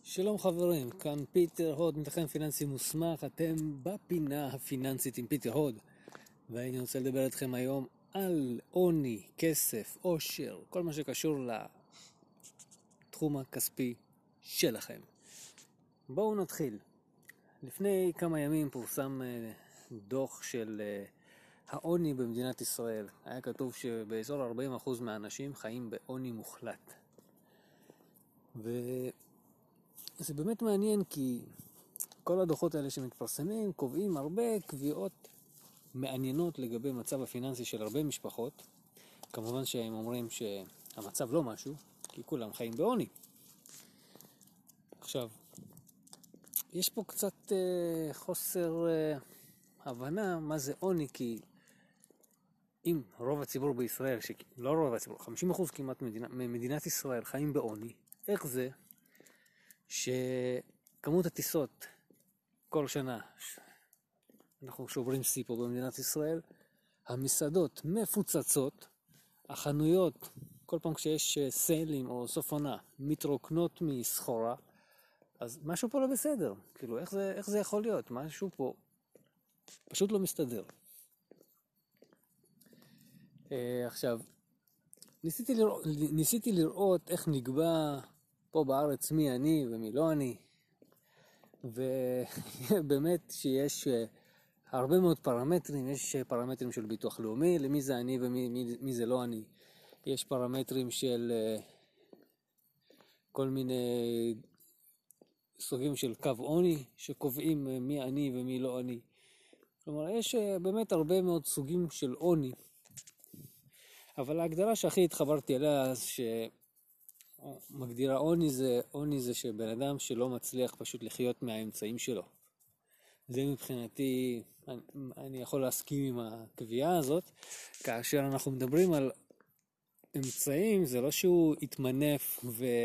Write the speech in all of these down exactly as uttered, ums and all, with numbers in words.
שלום חברים, כאן פיטר הוד, מתכנן פיננסי מוסמך. אתם בפינה הפיננסית עם פיטר הוד, ואני רוצה לדבר איתכם היום על עוני, כסף, עושר, כל מה שקשור לתחום הכספי שלכם. בואו נתחיל. לפני כמה ימים פורסם דוח של העוני במדינת ישראל. היה כתוב שבאזור ארבעים אחוז מהאנשים חיים בעוני מוחלט. ו... זה באמת מעניין, כי כל הדוחות האלה שמתפרסמים קובעים הרבה קביעות מעניינות לגבי מצב הפיננסי של הרבה משפחות. כמובן שהם אומרים שהמצב לא משהו, כי כולם חיים בעוני. עכשיו, יש פה קצת אה, חוסר אה, הבנה מה זה עוני, כי אם רוב הציבור בישראל, ש... לא רוב הציבור, חמישים אחוז כמעט מדינה, ממדינת ישראל חיים בעוני, איך זה שכמות הטיסות כל שנה, אנחנו שוברים שיא פה במדינת ישראל, המסעדות מפוצצות, החנויות, כל פעם כשיש סיילים או סוף עונה, מתרוקנות מסחורה, אז משהו פה לא בסדר. כאילו, איך זה, איך זה יכול להיות? משהו פה פשוט לא מסתדר. אה, עכשיו, ניסיתי לראות, ניסיתי לראות איך נקבע פה בארץ מי אני ומי לא אני, ובאמת שיש הרבה מאוד פרמטרים. יש פרמטרים של ביטוח לאומי, למי זה אני ומי מי, מי זה לא אני. יש פרמטרים של כל מיני סוגים של קו עוני שקובעים מי אני ומי לא אני. כלומר, יש באמת הרבה מאוד סוגים של עוני, אבל ההגדרה שהכי התחברתי אליה ש... מגדירה עוני זה, עוני זה שבן אדם שלא מצליח פשוט לחיות מהאמצעים שלו. זה מבחינתי, אני, אני יכול להסכים עם הקביעה הזאת. כאשר אנחנו מדברים על אמצעים, זה לא שהוא יתמנף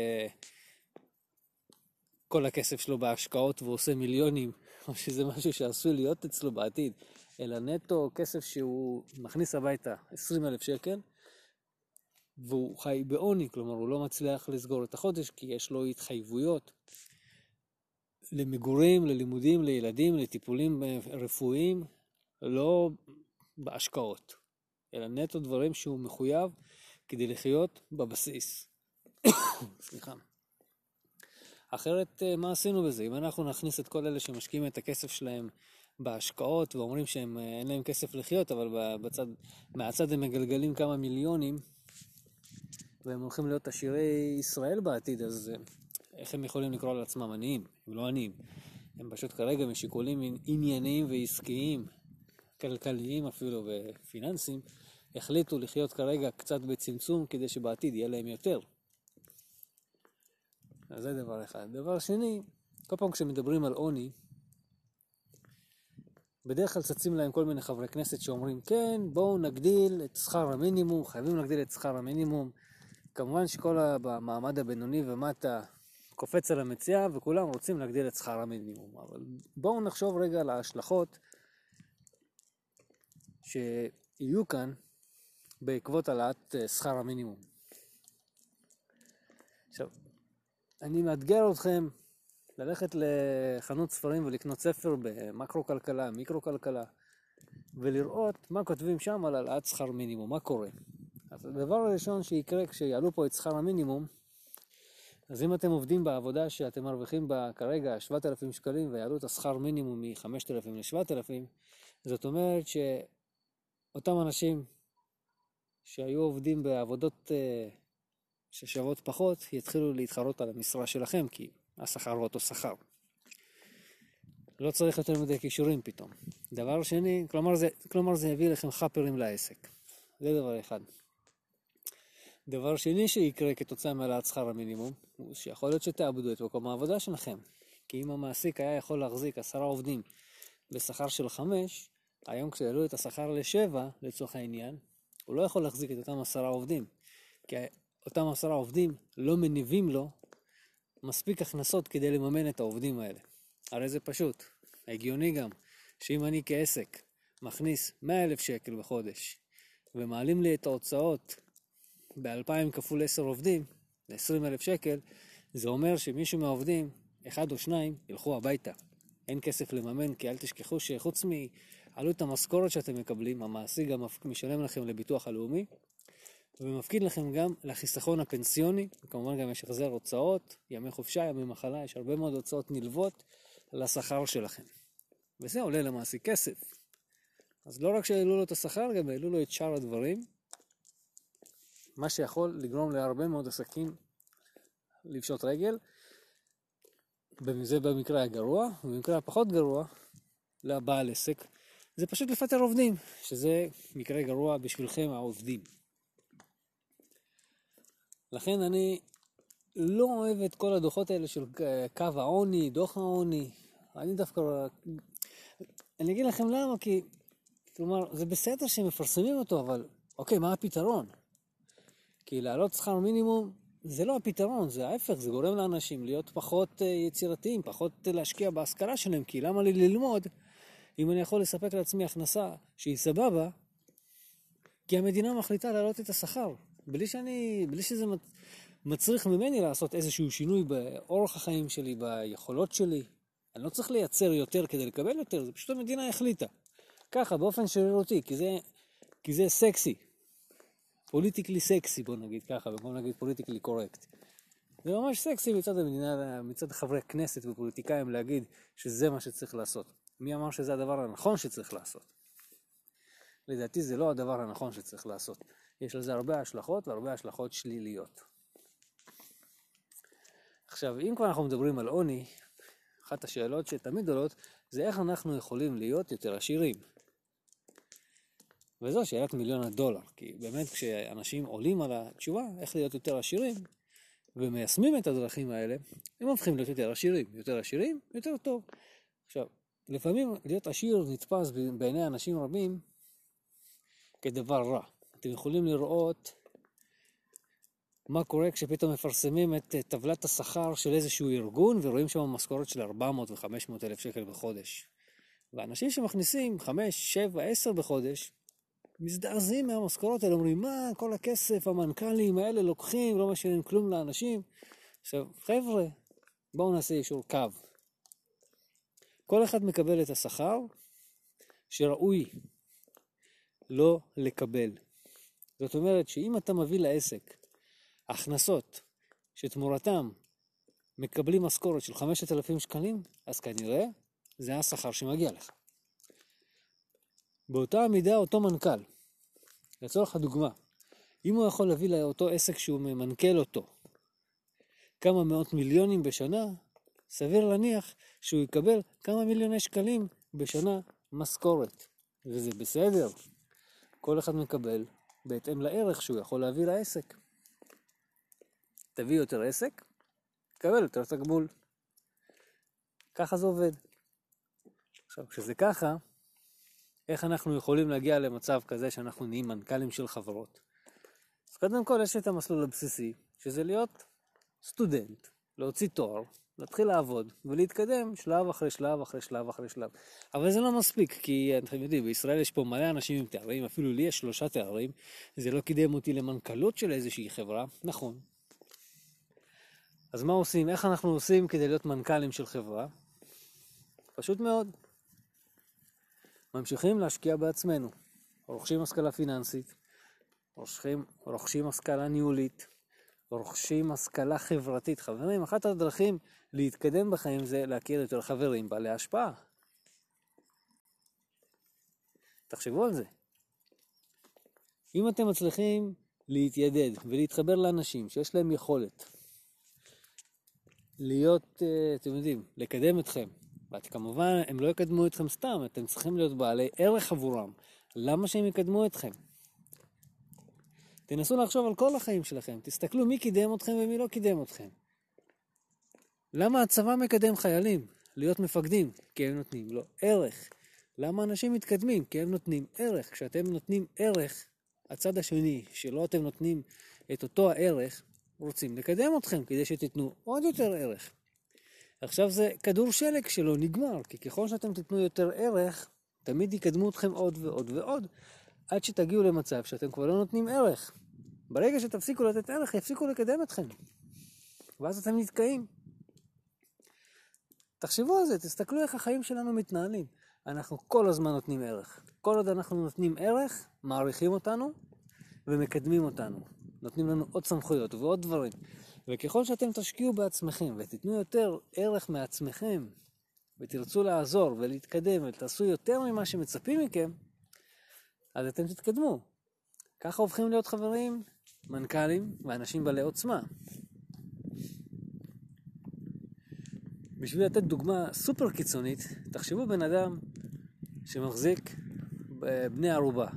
וכל הכסף שלו בהשקעות ועושה מיליונים, או שזה משהו שעשוי להיות אצלו בעתיד, אלא נטו כסף שהוא מכניס הביתה עשרים אלף שקל, והוא חי בעוני, כלומר הוא לא מצליח לסגור את החודש כי יש לו התחייבויות למגורים, ללימודים, לילדים, לטיפולים רפואיים, לא בהשקעות, אלא נטו דברים שהוא מחויב כדי לחיות בבסיס. סליחה. אחרת מה עשינו בזה? אם אנחנו נכניס את כל אלה שמשקיעים את הכסף שלהם בהשקעות ואומרים שהם אין להם כסף לחיות, אבל בצד, מהצד הם מגלגלים כמה מיליונים, והם הולכים להיות עשירי ישראל בעתיד, אז איך הם יכולים לקרוא על עצמם עניים? הם לא עניים. הם פשוט כרגע משיקולים ענייניים ועסקיים, כלכליים אפילו ופיננסיים, החליטו לחיות כרגע קצת בצמצום כדי שבעתיד יהיה להם יותר. אז זה דבר אחד. דבר שני, כל פעם כשמדברים על עוני, בדרך כלל צצים להם כל מיני חברי כנסת שאומרים, כן, בואו נגדיל את שכר המינימום, חייבים להגדיל את שכר המינימום. כמובן שכל המעמד הבינוני ומטה קופץ על המציאה, וכולם רוצים להגדיל את שכר המינימום. אבל בואו נחשוב רגע על ההשלכות שיהיו כאן בעקבות העלאת שכר המינימום. עכשיו, אני מאתגר אתכם ללכת לחנות ספרים ולקנות ספר במקרו-כלכלה, מיקרו-כלכלה, ולראות מה כותבים שם על העלאת שכר מינימום, מה קורה. אז הדבר הראשון שיקרה כשיעלו פה את שכר המינימום, אז אם אתם עובדים בעבודה שאתם מרוויחים בה כרגע שבעת אלפים שקלים ויעלו את השכר מינימום מ-חמשת אלפים ל-שבעת אלפים, זאת אומרת שאותם אנשים שהיו עובדים בעבודות ששוות פחות יתחילו להתחרות על המשרה שלכם, כי השכר הוא אותו שכר. לא צריך יותר מדי קישורים פתאום. דבר שני, כלומר זה, כלומר זה יביא לכם חפרים לעסק. זה דבר אחד. דבר שני שיקרה כתוצאה מעלאת שכר המינימום, הוא שיכול להיות שתאבדו את מקום העבודה שלכם. כי אם המעסיק היה יכול להחזיק עשרה עובדים בשכר של חמש, היום כשיעלו את השכר לשבע, לצורך העניין, הוא לא יכול להחזיק את אותם עשרה עובדים. כי אותם עשרה עובדים לא מניבים לו מספיק הכנסות כדי לממן את העובדים האלה. הרי זה פשוט, הגיוני גם, שאם אני כעסק מכניס מאה אלף שקל בחודש, ומעלים לי את ההוצאות ב-אלפיים כפול עשר עובדים, ל-עשרים אלף שקל, זה אומר שמישהו מהעובדים אחד או שניים ילכו הביתה. אין כסף לממן, כי אל תשכחו שחוץ מעלות המשכורת שאתם מקבלים, המעסיק גם משלם לכם לביטוח הלאומי, ומפקיד לכם גם לחיסכון הפנסיוני, וכמובן גם יש החזר הוצאות, ימי חופשה, ימי מחלה, יש הרבה מאוד הוצאות נלוות לשכר שלכם. וזה עולה למעסיק כסף. אז לא רק שהעלו לו את השכר, גם העלו לו את שאר הדברים, מה שיכול לגרום להרבה מאוד עסקים לפשוט רגל, זה במקרה הגרוע, ובמקרה הפחות גרוע, לבעל עסק, זה פשוט לפטר עובדים, שזה מקרה גרוע בשבילכם העובדים. לכן אני לא אוהב את כל הדוחות האלה של קו העוני, דוח העוני. אני דווקא, אני אגיד לכם למה, כי, כלומר, זה בסדר שהם מפרסמים אותו, אבל אוקיי, מה הפתרון? כי לעלות שכר מינימום, זה לא הפתרון, זה ההפך, זה גורם לאנשים להיות פחות יצירתיים, פחות להשקיע בהשכלה שלהם, כי למה לי ללמוד אם אני יכול לספק לעצמי הכנסה שהיא סבבה, כי המדינה מחליטה להעלות את השכר, בלי שאני, בלי שזה מצריך ממני לעשות איזשהו שינוי באורח החיים שלי, ביכולות שלי. אני לא צריך לייצר יותר כדי לקבל יותר, זה פשוט המדינה החליטה. ככה, באופן שרירותי, כי זה, כי זה סקסי. פוליטיקלי סקסי, בוא נגיד ככה, במקום נגיד פוליטיקלי קורקט. זה ממש סקסי מצד המדינה, מצד חברי כנסת ופוליטיקאים להגיד שזה מה שצריך לעשות. מי אמר שזה הדבר הנכון שצריך לעשות? לדעתי זה לא הדבר הנכון שצריך לעשות. יש לזה הרבה השלכות והרבה השלכות שליליות. עכשיו, אם כבר אנחנו מדברים על עוני, אחת השאלות שתמיד עולות זה איך אנחנו יכולים להיות יותר עשירים. וזו שאלת מיליון הדולר, כי באמת כשאנשים עולים על התשובה איך להיות יותר עשירים ומיישמים את הדרכים האלה, הם הופכים להיות יותר עשירים. יותר עשירים, יותר טוב. עכשיו, לפעמים להיות עשיר נתפס בעיני אנשים רבים כדבר רע. אתם יכולים לראות מה קורה כשפתאום מפרסמים את טבלת השכר של איזשהו ארגון ורואים שם משכורת של ארבע מאות ו-חמש מאות אלף שקל בחודש. ואנשים שמכניסים חמש, שבע, עשר בחודש מזדעזעים מהמשכורות האלה, אומרים מה כל הכסף המנכ"לים האלה לוקחים, לא משנים כלום לאנשים. עכשיו חבר'ה, בואו נעשה אישור קו. כל אחד מקבל את השכר שראוי לא לקבל. זאת אומרת שאם אתה מביא לעסק הכנסות שתמורתם מקבלים משכורת של חמשת אלפים שקלים, אז כנראה זה השכר שמגיע לך. באותה המידה אותו מנכ"ל, לצורך הדוגמה, אם הוא יכול להביא לאותו עסק שהוא ממנכ"ל אותו כמה מאות מיליונים בשנה, סביר להניח שהוא יקבל כמה מיליוני שקלים בשנה משכורת. וזה בסדר. כל אחד מקבל בהתאם לערך שהוא יכול להביא לעסק. תביא יותר עסק, תקבל יותר תגמול. ככה זה עובד. עכשיו, כשזה ככה, איך אנחנו יכולים להגיע למצב כזה שאנחנו נהיים מנכ"לים של חברות? אז קודם כל יש את המסלול הבסיסי, שזה להיות סטודנט, להוציא תואר, להתחיל לעבוד ולהתקדם שלב אחרי שלב אחרי שלב אחרי שלב. אבל זה לא מספיק, כי אתם יודעים, בישראל יש פה מלא אנשים עם תארים, אפילו לי יש שלושה תארים, זה לא קידם אותי למנכ"לות של איזושהי חברה, נכון. אז מה עושים? איך אנחנו עושים כדי להיות מנכ"לים של חברה? פשוט מאוד. ממשיכים להשקיע בעצמנו. רוכשים השכלה פיננסית, רוכשים, רוכשים השכלה ניהולית, רוכשים השכלה חברתית. חברים, אחת הדרכים להתקדם בחיים זה להכיר יותר חברים בעלי השפעה. תחשבו על זה. אם אתם מצליחים להתיידד ולהתחבר לאנשים שיש להם יכולת להיות, אתם יודעים, לקדם אתכם, וכמובן הם לא יקדמו אתכם סתם, אתם צריכים להיות בעלי ערך עבורם. למה שהם יקדמו אתכם? תנסו לחשוב על כל החיים שלכם, תסתכלו מי קידם אתכם ומי לא קידם אתכם. למה הצבא מקדם חיילים? להיות מפקדים, כי הם נותנים לו ערך. למה אנשים מתקדמים? כי הם נותנים ערך. כשאתם נותנים ערך, הצד השני, שלא אתם נותנים את אותו הערך, רוצים לקדם אתכם כדי שתיתנו עוד יותר ערך. עכשיו זה כדור שלג שלא נגמר, כי ככל שאתם תיתנו יותר ערך, תמיד יקדמו אתכם עוד ועוד ועוד, עד שתגיעו למצב שאתם כבר לא נותנים ערך. ברגע שתפסיקו לתת ערך, יפסיקו לקדם אתכם. ואז אתם נתקעים. תחשבו על זה, תסתכלו איך החיים שלנו מתנהלים. אנחנו כל הזמן נותנים ערך. כל עוד אנחנו נותנים ערך, מעריכים אותנו ומקדמים אותנו. נותנים לנו עוד סמכויות ועוד דברים. וככל שאתם תשקיעו בעצמכם ותיתנו יותר ערך מעצמכם, ותרצו לעזור ולהתקדם ותעשו יותר ממה שמצפים מכם, אז אתם תתקדמו. ככה הופכים להיות חברים, מנכ"לים ואנשים בעלי עוצמה. בשביל לתת דוגמה סופר קיצונית, תחשבו בן אדם שמחזיק בני ערובה.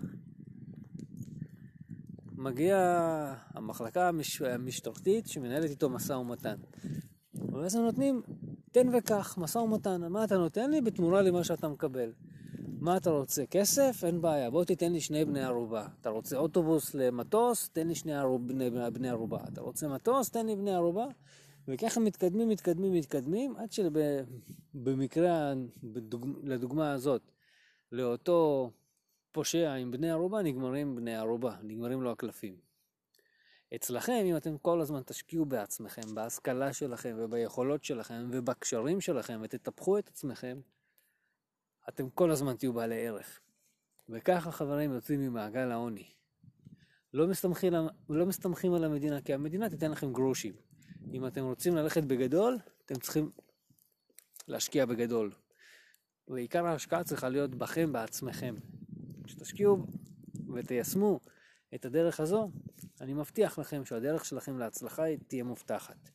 מגיעה המחלקה המש... המשטרתית שמנהלת איתו מסע ומתן. ואז הם נותנים, תן וכך, מסע ומתן. מה אתה נותן לי? בתמורה למה שאתה מקבל. מה אתה רוצה? כסף? אין בעיה. בוא תיתן לי שני בני ערובה. אתה רוצה אוטובוס למטוס? תן לי שני ערוב... בני... בני ערובה. אתה רוצה מטוס? תן לי בני ערובה. וככה מתקדמים, מתקדמים, מתקדמים, עד שבמקרה, בדוג... לדוגמה הזאת, לאותו פושע עם בני ערובה, נגמרים בני ערובה, נגמרים לו הקלפים. אצלכם, אם אתם כל הזמן תשקיעו בעצמכם, בהשכלה שלכם וביכולות שלכם ובקשרים שלכם, ותטפחו את עצמכם, אתם כל הזמן תהיו בעלי ערך. וככה חברים יוצאים ממעגל העוני. לא מסתמכים, לא מסתמכים על המדינה, כי המדינה תיתן לכם גרושים. אם אתם רוצים ללכת בגדול, אתם צריכים להשקיע בגדול. ועיקר ההשקעה צריכה להיות בכם, בעצמכם. כשתשקיעו ותיישמו את הדרך הזו, אני מבטיח לכם שהדרך שלכם להצלחה תהיה מובטחת.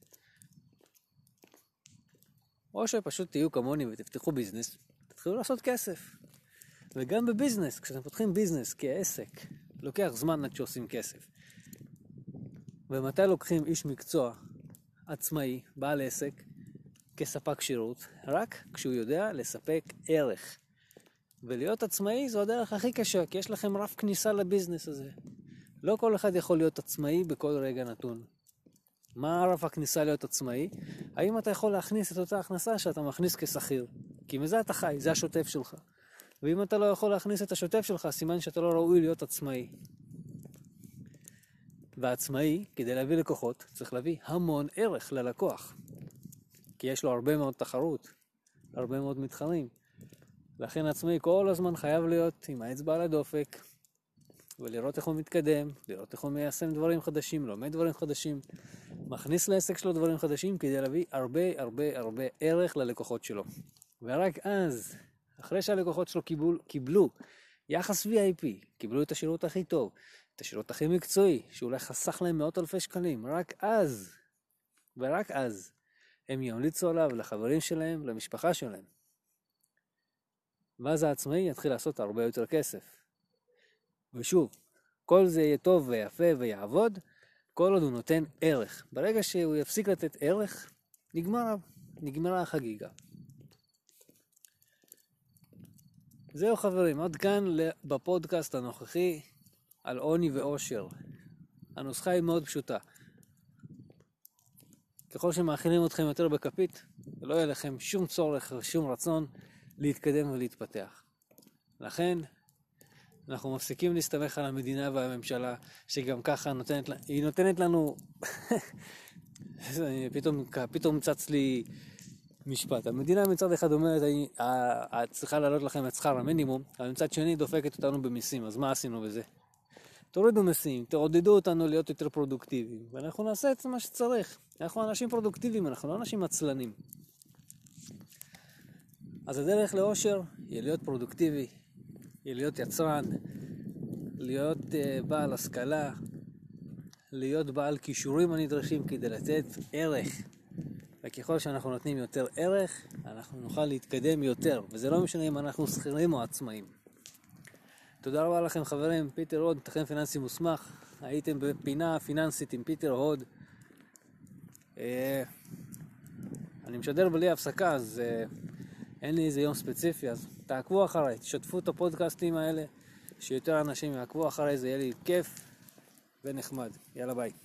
או שפשוט תהיו כמוני ותפתחו ביזנס, תתחילו לעשות כסף. וגם בביזנס, כשאתם פותחים ביזנס כעסק, לוקח זמן עד שעושים כסף. ומתי לוקחים איש מקצוע עצמאי, בעל עסק, כספק שירות? רק כשהוא יודע לספק ערך. ולהיות עצמאי זו הדרך הכי קשה, כי יש לכם רף כניסה לביזנס הזה. לא כל אחד יכול להיות עצמאי בכל רגע נתון. מה רף הכניסה להיות עצמאי? האם אתה יכול להכניס את אותה הכנסה שאתה מכניס כשכיר? כי מזה אתה חי, זה השוטף שלך. ואם אתה לא יכול להכניס את השוטף שלך, סימן שאתה לא ראוי להיות עצמאי. והעצמאי, כדי להביא לקוחות, צריך להביא המון ערך ללקוח. כי יש לו הרבה מאוד תחרות, הרבה מאוד מתחרים. לכן עצמאי כל הזמן חייב להיות עם האצבע על הדופק, ולראות איך הוא מתקדם, לראות איך הוא מיישם דברים חדשים, לומד דברים חדשים, מכניס לעסק שלו דברים חדשים, כדי להביא הרבה הרבה הרבה ערך ללקוחות שלו. ורק אז, אחרי שהלקוחות שלו קיבלו, קיבלו יחס וי איי פי, קיבלו את השירות הכי טוב, את השירות הכי מקצועי, שאולי חסך להם מאות אלפי שקלים, רק אז, ורק אז, הם ימליצו עליו לחברים שלהם, למשפחה שלהם. ואז העצמאי יתחיל לעשות הרבה יותר כסף. ושוב, כל זה יהיה טוב ויפה ויעבוד, כל עוד הוא נותן ערך. ברגע שהוא יפסיק לתת ערך, נגמר, נגמרה החגיגה. זהו חברים, עד כאן בפודקאסט הנוכחי על עוני ואושר. הנוסחה היא מאוד פשוטה. ככל שמאכילים אתכם יותר בכפית, לא יהיה לכם שום צורך ושום רצון להתקדם ולהתפתח. לכן, אנחנו מפסיקים להסתמך על המדינה והממשלה, שגם ככה נותנת, היא נותנת לנו, פתאום, פתאום מצץ לי משפט. המדינה מצד אחד אומרת, את צריכה להעלות לכם את שכר המינימום, אבל מצד שני דופקת אותנו במיסים, אז מה עשינו בזה? תורידו מיסים, תעודדו אותנו להיות יותר פרודוקטיביים, ואנחנו נעשה את מה שצריך. אנחנו אנשים פרודוקטיביים, אנחנו לא אנשים עצלנים. אז הדרך לאושר היא להיות פרודוקטיבי, היא להיות יצרן, להיות uh, בעל השכלה, להיות בעל כישורים הנדרשים כדי לתת ערך. וככל שאנחנו נותנים יותר ערך, אנחנו נוכל להתקדם יותר, וזה לא משנה אם אנחנו שכירים או עצמאים. תודה רבה לכם חברים, פיטר הוד, מתכנן פיננסי מוסמך. הייתם בפינה פיננסית עם פיטר הוד. Uh, אני משדר בלי הפסקה, אז uh, אין לי איזה יום ספציפי, אז תעקבו אחריי, תשתפו את הפודקאסטים האלה, שיותר אנשים יעקבו אחריי, זה יהיה לי כיף ונחמד. יאללה ביי.